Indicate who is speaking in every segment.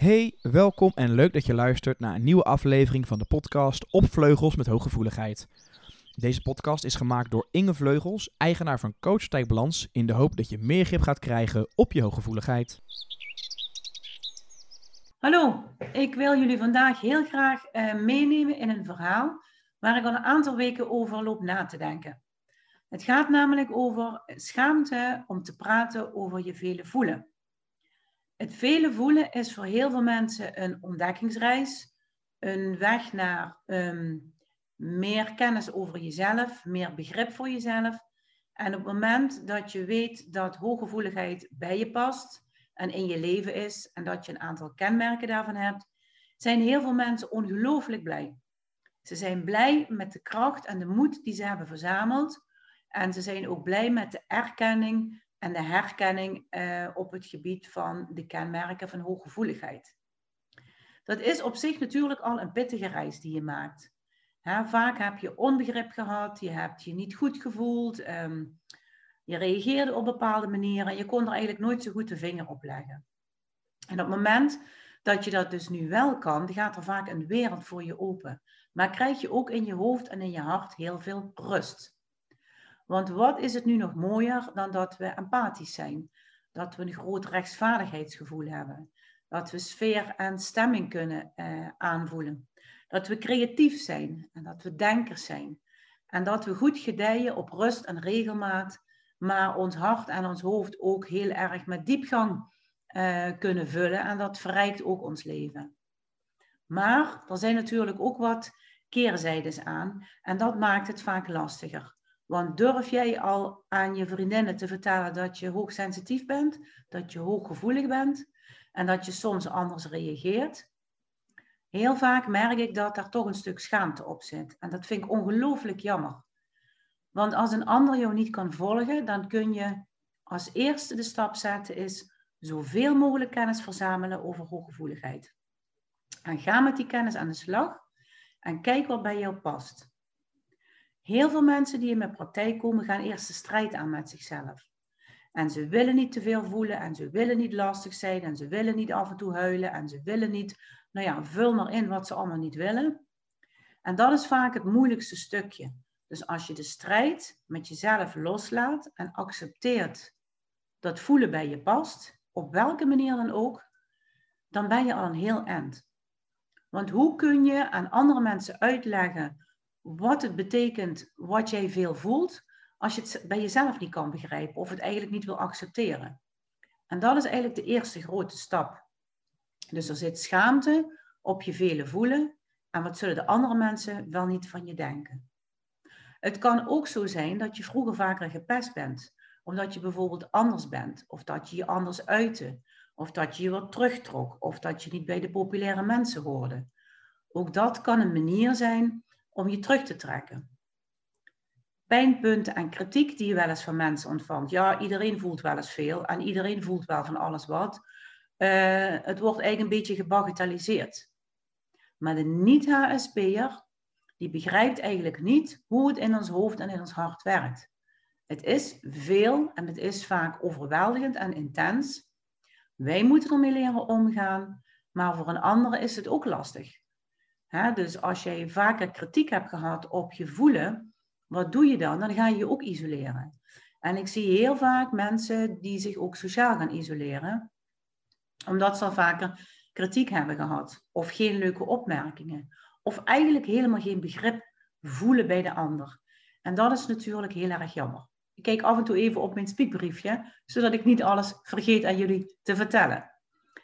Speaker 1: Hey, welkom en leuk dat je luistert naar een nieuwe aflevering van de podcast Op Vleugels met Hooggevoeligheid. Deze podcast is gemaakt door Inge Vleugels, eigenaar van Coachtijk Balans, in de hoop dat je meer grip gaat krijgen op je hooggevoeligheid.
Speaker 2: Hallo, ik wil jullie vandaag heel graag meenemen in een verhaal waar ik al een aantal weken over loop na te denken. Het gaat namelijk over schaamte om te praten over je vele voelen. Het vele voelen is voor heel veel mensen een ontdekkingsreis, een weg naar meer kennis over jezelf, meer begrip voor jezelf. En op het moment dat je weet dat hooggevoeligheid bij je past en in je leven is en dat je een aantal kenmerken daarvan hebt, zijn heel veel mensen ongelooflijk blij. Ze zijn blij met de kracht en de moed die ze hebben verzameld. En ze zijn ook blij met de erkenning en de herkenning op het gebied van de kenmerken van hooggevoeligheid. Dat is op zich natuurlijk al een pittige reis die je maakt. Vaak heb je onbegrip gehad, je hebt je niet goed gevoeld, je reageerde op bepaalde manieren en je kon er eigenlijk nooit zo goed de vinger op leggen. En op het moment dat je dat dus nu wel kan, dan gaat er vaak een wereld voor je open. Maar krijg je ook in je hoofd en in je hart heel veel rust. Want wat is het nu nog mooier dan dat we empathisch zijn? Dat we een groot rechtsvaardigheidsgevoel hebben. Dat we sfeer en stemming kunnen aanvoelen. Dat we creatief zijn en dat we denkers zijn. En dat we goed gedijen op rust en regelmaat, maar ons hart en ons hoofd ook heel erg met diepgang kunnen vullen. En dat verrijkt ook ons leven. Maar er zijn natuurlijk ook wat keerzijdes aan en dat maakt het vaak lastiger. Want durf jij al aan je vriendinnen te vertellen dat je hoogsensitief bent, dat je hooggevoelig bent en dat je soms anders reageert? Heel vaak merk ik dat daar toch een stuk schaamte op zit. En dat vind ik ongelooflijk jammer. Want als een ander jou niet kan volgen, dan kun je als eerste de stap zetten is zoveel mogelijk kennis verzamelen over hooggevoeligheid. En ga met die kennis aan de slag en kijk wat bij jou past. Heel veel mensen die in mijn praktijk komen, gaan eerst de strijd aan met zichzelf. En ze willen niet te veel voelen en ze willen niet lastig zijn en ze willen niet af en toe huilen en ze willen niet, vul maar in wat ze allemaal niet willen. En dat is vaak het moeilijkste stukje. Dus als je de strijd met jezelf loslaat en accepteert dat voelen bij je past, op welke manier dan ook, dan ben je al een heel eind. Want hoe kun je aan andere mensen uitleggen wat het betekent wat jij veel voelt, als je het bij jezelf niet kan begrijpen of het eigenlijk niet wil accepteren? En dat is eigenlijk de eerste grote stap. Dus er zit schaamte op je vele voelen en wat zullen de andere mensen wel niet van je denken. Het kan ook zo zijn dat je vroeger vaker gepest bent, omdat je bijvoorbeeld anders bent, of dat je je anders uitte, of dat je je wat terugtrok, of dat je niet bij de populaire mensen hoorde. Ook dat kan een manier zijn om je terug te trekken. Pijnpunten en kritiek die je wel eens van mensen ontvangt. Ja, iedereen voelt wel eens veel en iedereen voelt wel van alles wat. Het wordt eigenlijk een beetje gebagatelliseerd. Maar de niet-HSP'er, die begrijpt eigenlijk niet hoe het in ons hoofd en in ons hart werkt. Het is veel en het is vaak overweldigend en intens. Wij moeten ermee leren omgaan, maar voor een ander is het ook lastig. Dus als jij vaker kritiek hebt gehad op je voelen, wat doe je dan? Dan ga je je ook isoleren. En ik zie heel vaak mensen die zich ook sociaal gaan isoleren, omdat ze al vaker kritiek hebben gehad of geen leuke opmerkingen. Of eigenlijk helemaal geen begrip voelen bij de ander. En dat is natuurlijk heel erg jammer. Ik kijk af en toe even op mijn spiekbriefje, zodat ik niet alles vergeet aan jullie te vertellen.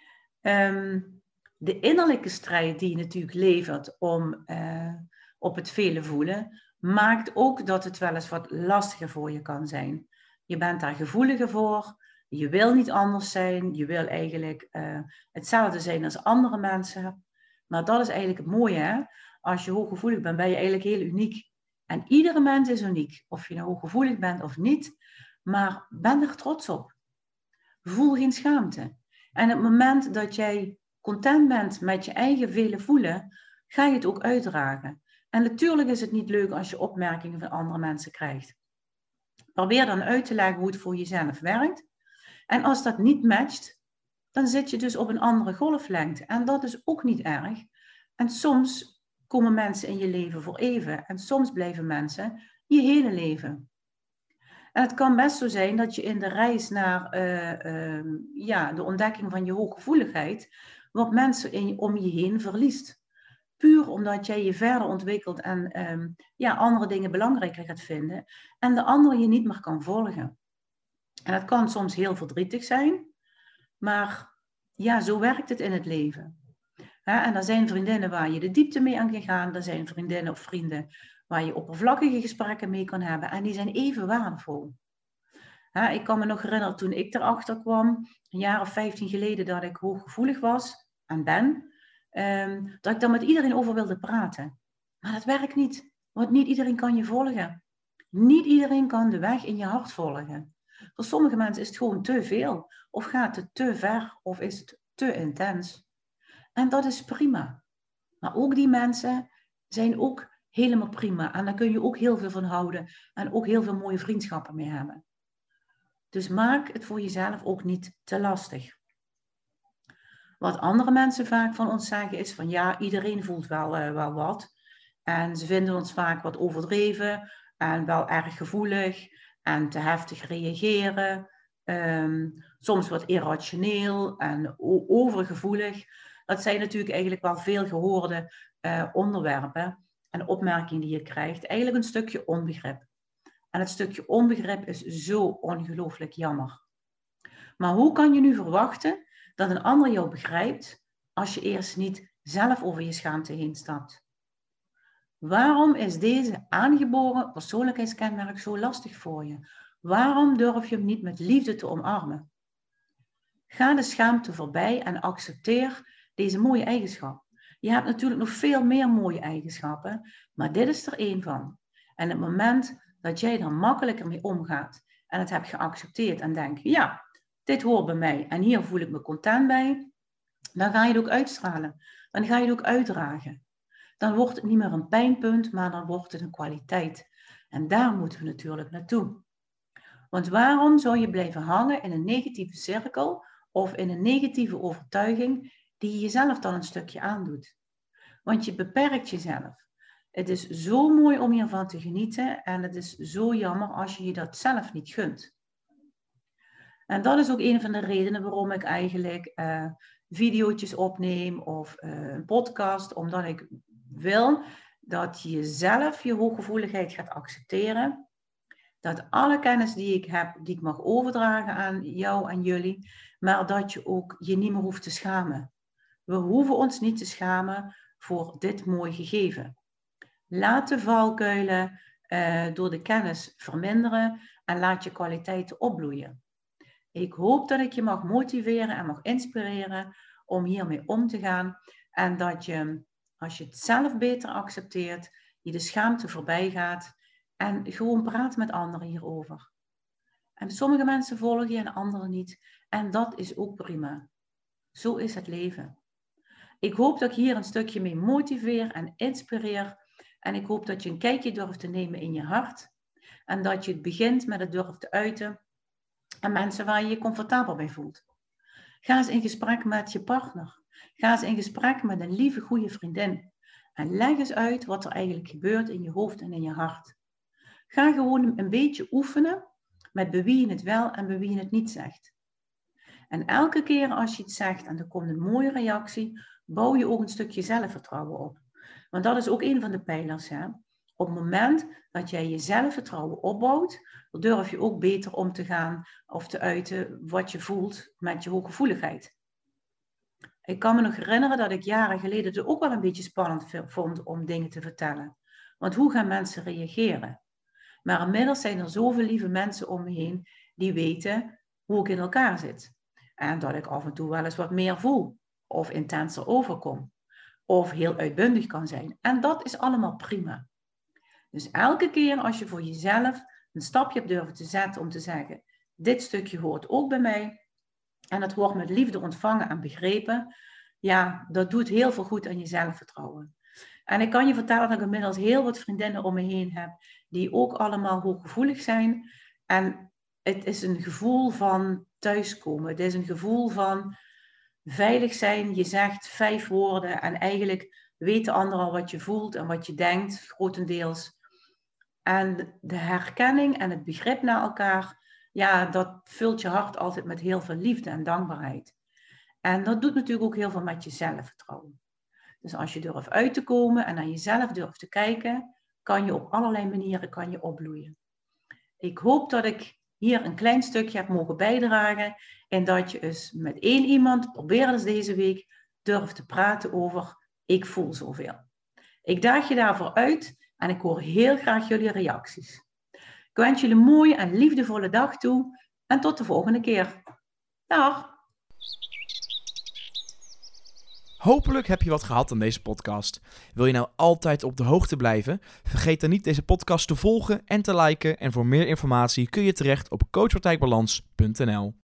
Speaker 2: De innerlijke strijd die je natuurlijk levert om op het vele voelen, maakt ook dat het wel eens wat lastiger voor je kan zijn. Je bent daar gevoeliger voor, je wil niet anders zijn, je wil eigenlijk hetzelfde zijn als andere mensen. Maar dat is eigenlijk het mooie, hè? Als je hooggevoelig bent, ben je eigenlijk heel uniek. En iedere mens is uniek, of je nou hooggevoelig bent of niet, maar ben er trots op. Voel geen schaamte. En op het moment dat jij content bent met je eigen vele voelen, ga je het ook uitdragen. En natuurlijk is het niet leuk als je opmerkingen van andere mensen krijgt. Probeer dan uit te leggen hoe het voor jezelf werkt. En als dat niet matcht, dan zit je dus op een andere golflengte. En dat is ook niet erg. En soms komen mensen in je leven voor even. En soms blijven mensen je hele leven. En het kan best zo zijn dat je in de reis naar de ontdekking van je hooggevoeligheid wat mensen om je heen verliest. Puur omdat jij je verder ontwikkelt en andere dingen belangrijker gaat vinden. En de andere je niet meer kan volgen. En dat kan soms heel verdrietig zijn. Maar ja, zo werkt het in het leven. En er zijn vriendinnen waar je de diepte mee aan kan gaan. Er zijn vriendinnen of vrienden waar je oppervlakkige gesprekken mee kan hebben. En die zijn even waardevol. Ik kan me nog herinneren toen ik erachter kwam, een jaar of 15 geleden, dat ik hooggevoelig was en ben. Dat ik daar met iedereen over wilde praten. Maar dat werkt niet. Want niet iedereen kan je volgen. Niet iedereen kan de weg in je hart volgen. Voor sommige mensen is het gewoon te veel. Of gaat het te ver. Of is het te intens. En dat is prima. Maar ook die mensen zijn ook helemaal prima. En daar kun je ook heel veel van houden. En ook heel veel mooie vriendschappen mee hebben. Dus maak het voor jezelf ook niet te lastig. Wat andere mensen vaak van ons zeggen is van ja, iedereen voelt wel wat. En ze vinden ons vaak wat overdreven en wel erg gevoelig en te heftig reageren. Soms wat irrationeel en overgevoelig. Dat zijn natuurlijk eigenlijk wel veel gehoorde onderwerpen en opmerkingen die je krijgt. Eigenlijk een stukje onbegrip. En het stukje onbegrip is zo ongelooflijk jammer. Maar hoe kan je nu verwachten dat een ander jou begrijpt als je eerst niet zelf over je schaamte heen stapt? Waarom is deze aangeboren persoonlijkheidskenmerk zo lastig voor je? Waarom durf je hem niet met liefde te omarmen? Ga de schaamte voorbij en accepteer deze mooie eigenschap. Je hebt natuurlijk nog veel meer mooie eigenschappen, maar dit is er één van. En het moment dat jij er makkelijker mee omgaat en het hebt geaccepteerd en denkt, ja, dit hoort bij mij en hier voel ik me content bij, dan ga je het ook uitstralen. Dan ga je het ook uitdragen. Dan wordt het niet meer een pijnpunt, maar dan wordt het een kwaliteit. En daar moeten we natuurlijk naartoe. Want waarom zou je blijven hangen in een negatieve cirkel of in een negatieve overtuiging die je jezelf dan een stukje aandoet? Want je beperkt jezelf. Het is zo mooi om hiervan te genieten en het is zo jammer als je je dat zelf niet gunt. En dat is ook een van de redenen waarom ik eigenlijk video's opneem of een podcast, omdat ik wil dat je zelf je hooggevoeligheid gaat accepteren. Dat alle kennis die ik heb, die ik mag overdragen aan jou en jullie, maar dat je ook je niet meer hoeft te schamen. We hoeven ons niet te schamen voor dit mooi gegeven. Laat de valkuilen door de kennis verminderen en laat je kwaliteiten opbloeien. Ik hoop dat ik je mag motiveren en mag inspireren om hiermee om te gaan. En dat je, als je het zelf beter accepteert, je de schaamte voorbij gaat en gewoon praat met anderen hierover. En sommige mensen volgen je en anderen niet. En dat is ook prima. Zo is het leven. Ik hoop dat ik hier een stukje mee motiveer en inspireer. En ik hoop dat je een kijkje durft te nemen in je hart. En dat je het begint met het durven te uiten aan mensen waar je je comfortabel bij voelt. Ga eens in gesprek met je partner. Ga eens in gesprek met een lieve, goede vriendin. En leg eens uit wat er eigenlijk gebeurt in je hoofd en in je hart. Ga gewoon een beetje oefenen met bij wie je het wel en bij wie je het niet zegt. En elke keer als je het zegt en er komt een mooie reactie, bouw je ook een stukje zelfvertrouwen op. Want dat is ook een van de pijlers. Hè? Op het moment dat jij je zelfvertrouwen opbouwt, dan durf je ook beter om te gaan of te uiten wat je voelt met je hooggevoeligheid. Ik kan me nog herinneren dat ik jaren geleden het ook wel een beetje spannend vond om dingen te vertellen. Want hoe gaan mensen reageren? Maar inmiddels zijn er zoveel lieve mensen om me heen die weten hoe ik in elkaar zit. En dat ik af en toe wel eens wat meer voel. Of intenser overkom. Of heel uitbundig kan zijn. En dat is allemaal prima. Dus elke keer als je voor jezelf een stapje hebt durven te zetten om te zeggen, dit stukje hoort ook bij mij. En dat wordt met liefde ontvangen en begrepen. Ja, dat doet heel veel goed aan je zelfvertrouwen. En ik kan je vertellen dat ik inmiddels heel wat vriendinnen om me heen heb die ook allemaal hooggevoelig zijn. En het is een gevoel van thuiskomen. Het is een gevoel van veilig zijn. Je zegt 5 woorden en eigenlijk weet de ander al wat je voelt en wat je denkt, grotendeels. En de herkenning en het begrip naar elkaar, ja, dat vult je hart altijd met heel veel liefde en dankbaarheid. En dat doet natuurlijk ook heel veel met je zelfvertrouwen. Dus als je durft uit te komen en naar jezelf durft te kijken, kan je op allerlei manieren opbloeien. Ik hoop dat ik hier een klein stukje heb mogen bijdragen en dat je eens met 1 iemand, probeer eens deze week, durft te praten over ik voel zoveel. Ik daag je daarvoor uit en ik hoor heel graag jullie reacties. Ik wens jullie een mooie en liefdevolle dag toe en tot de volgende keer. Dag!
Speaker 1: Hopelijk heb je wat gehad aan deze podcast. Wil je nou altijd op de hoogte blijven? Vergeet dan niet deze podcast te volgen en te liken. En voor meer informatie kun je terecht op coachpraktijkbalans.nl.